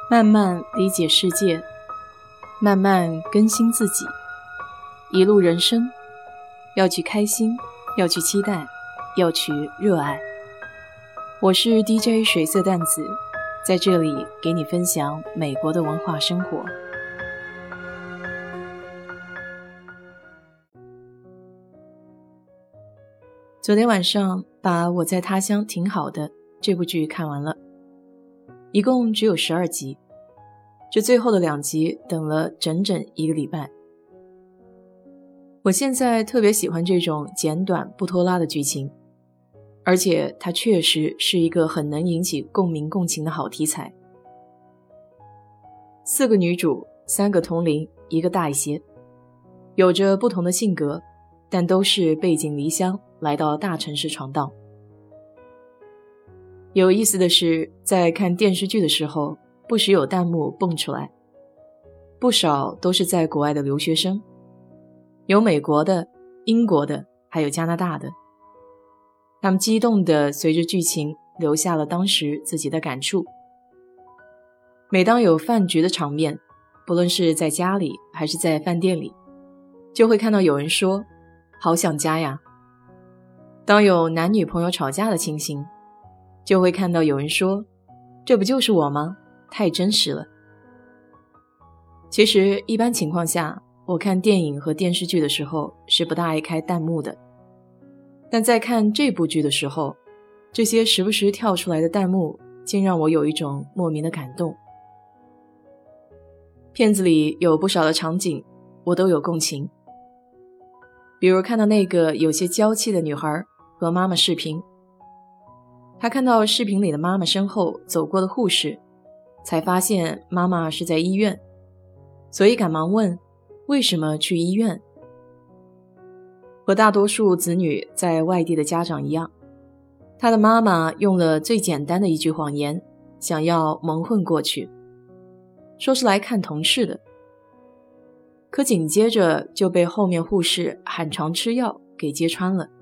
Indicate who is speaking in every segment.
Speaker 1: 慢慢理解世界，慢慢更新自己。一路人生，要去开心，要去期待，要去热爱。我是 DJ 水色淡子，在这里给你分享美国的文化生活。昨天晚上把我在他乡挺好的这部剧看完了，一共只有12集，这最后的2集等了整整1个礼拜。我现在特别喜欢这种简短不拖拉的剧情，而且它确实是一个很能引起共鸣共情的好题材。4个女主，3个同龄，1个大一些，有着不同的性格，但都是背井离乡来到大城市闯荡。有意思的是，在看电视剧的时候，不时有弹幕蹦出来，不少都是在国外的留学生，有美国的、英国的，还有加拿大的。他们激动地随着剧情留下了当时自己的感触。每当有饭局的场面，不论是在家里还是在饭店里，就会看到有人说好想家呀。当有男女朋友吵架的情形，就会看到有人说这不就是我吗？太真实了。其实一般情况下，我看电影和电视剧的时候是不大爱开弹幕的，但在看这部剧的时候，这些时不时跳出来的弹幕竟让我有一种莫名的感动。片子里有不少的场景我都有共情，比如看到那个有些娇气的女孩和妈妈视频，她看到视频里的妈妈身后走过的护士，才发现妈妈是在医院，所以赶忙问为什么去医院。和大多数子女在外地的家长一样，他的妈妈用了最简单的一句谎言，想要蒙混过去，说是来看同事的，可紧接着就被后面护士喊常吃药给揭穿了。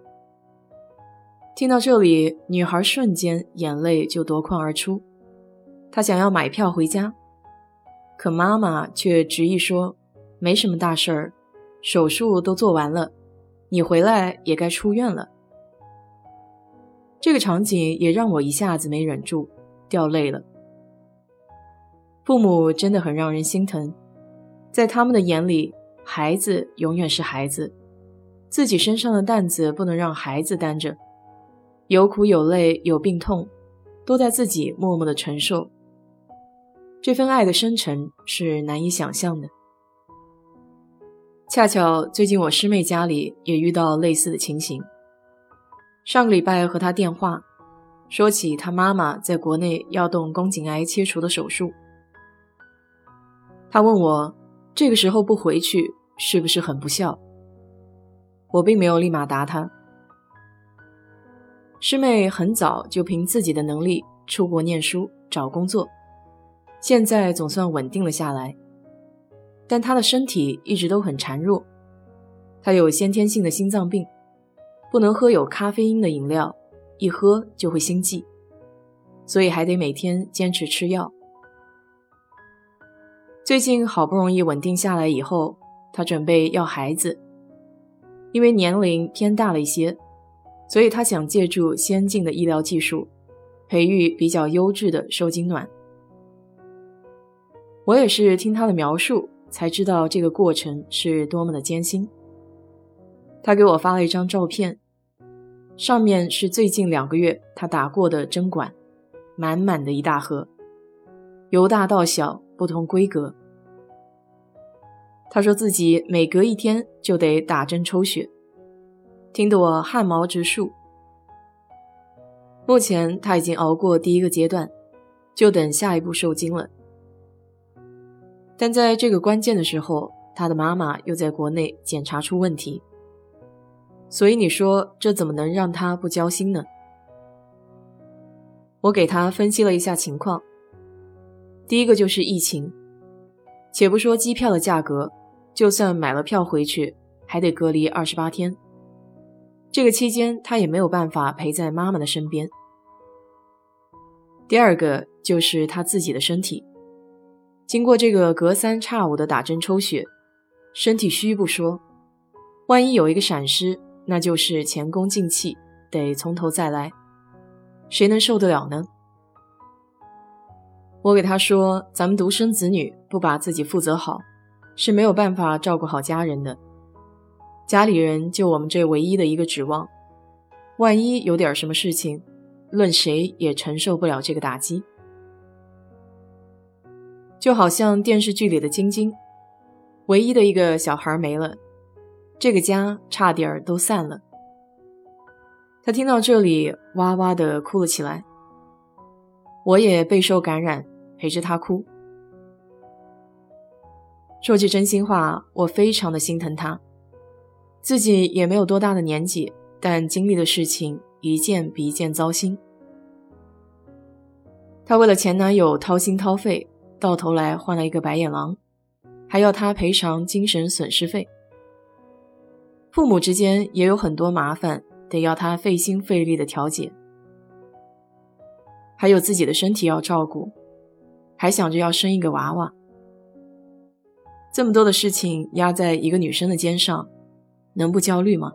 Speaker 1: 听到这里，女孩瞬间眼泪就夺眶而出，她想要买票回家，可妈妈却执意说没什么大事儿，手术都做完了，你回来也该出院了。这个场景也让我一下子没忍住掉泪了。父母真的很让人心疼，在他们的眼里，孩子永远是孩子，自己身上的担子不能让孩子担着，有苦有泪有病痛，都在自己默默地承受。这份爱的深沉是难以想象的。恰巧最近我师妹家里也遇到类似的情形，上个礼拜和她电话，说起她妈妈在国内要动宫颈癌切除的手术。她问我这个时候不回去是不是很不孝？我并没有立马答她。师妹很早就凭自己的能力出国念书找工作，现在总算稳定了下来，但她的身体一直都很孱弱，她有先天性的心脏病，不能喝有咖啡因的饮料，一喝就会心悸，所以还得每天坚持吃药。最近好不容易稳定下来以后，她准备要孩子，因为年龄偏大了一些，所以她想借助先进的医疗技术，培育比较优质的受精卵。我也是听她的描述才知道这个过程是多么的艰辛。她给我发了一张照片，上面是最近2个月她打过的针管，满满的一大盒，由大到小不同规格。她说自己每隔1天就得打针抽血，听得我汗毛直竖。目前她已经熬过第1个阶段，就等下一步受精了。但在这个关键的时候，她的妈妈又在国内检查出问题，所以你说这怎么能让她不焦心呢？我给她分析了一下情况。第一个就是疫情，且不说机票的价格，就算买了票回去，还得隔离28天。这个期间她也没有办法陪在妈妈的身边。第二个就是她自己的身体， 经过这个隔三差五的打针抽血，身体虚不说，万一有一个闪失，那就是前功尽弃，得从头再来，谁能受得了呢？我给他说，咱们独生子女不把自己负责好，是没有办法照顾好家人的，家里人就我们这唯一的一个指望，万一有点什么事情，论谁也承受不了这个打击。就好像电视剧里的晶晶，唯一的一个小孩没了，这个家差点都散了。他听到这里哇哇地哭了起来，我也备受感染，陪着他哭。说句真心话，我非常的心疼他，自己也没有多大的年纪，但经历的事情一件比一件糟心。他为了前男友掏心掏肺，到头来换了一个白眼狼，还要他赔偿精神损失费。父母之间也有很多麻烦，得要他费心费力的调解。还有自己的身体要照顾，还想着要生一个娃娃。这么多的事情压在一个女生的肩上，能不焦虑吗？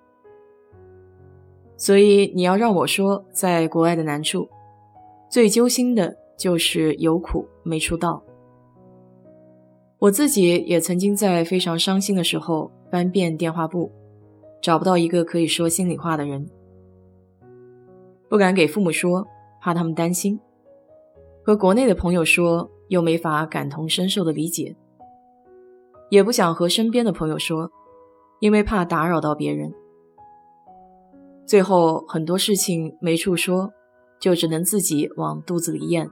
Speaker 1: 所以你要让我说，在国外的难处，最揪心的就是有苦没出道。我自己也曾经在非常伤心的时候翻遍电话簿，找不到一个可以说心里话的人，不敢给父母说，怕他们担心，和国内的朋友说，又没法感同身受的理解，也不想和身边的朋友说，因为怕打扰到别人。最后很多事情没处说，就只能自己往肚子里咽。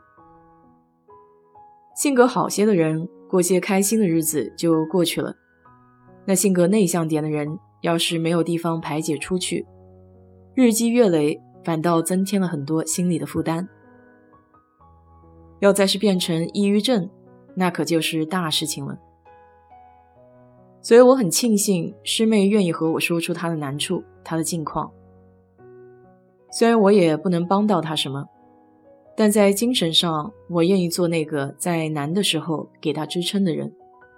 Speaker 1: 性格好些的人，过些开心的日子就过去了，那性格内向点的人，要是没有地方排解出去，日积月累，反倒增添了很多心理的负担。要再是变成抑郁症，那可就是大事情了。所以我很庆幸师妹愿意和我说出她的难处，她的境况。虽然我也不能帮到她什么，但在精神上，我愿意做那个在难的时候给她支撑的人。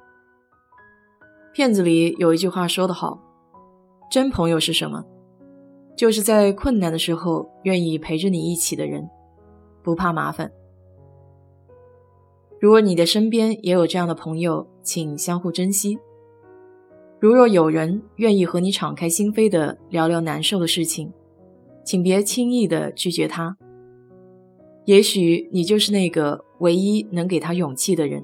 Speaker 1: 片子里有一句话说得好，真朋友是什么？就是在困难的时候愿意陪着你一起的人，不怕麻烦。如果你的身边也有这样的朋友，请相互珍惜。如若有人愿意和你敞开心扉地聊聊难受的事情，请别轻易地拒绝他。也许你就是那个唯一能给他勇气的人。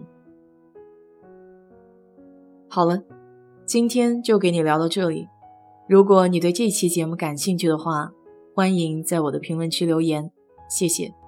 Speaker 1: 好了，今天就给你聊到这里。如果你对这期节目感兴趣的话，欢迎在我的评论区留言，谢谢。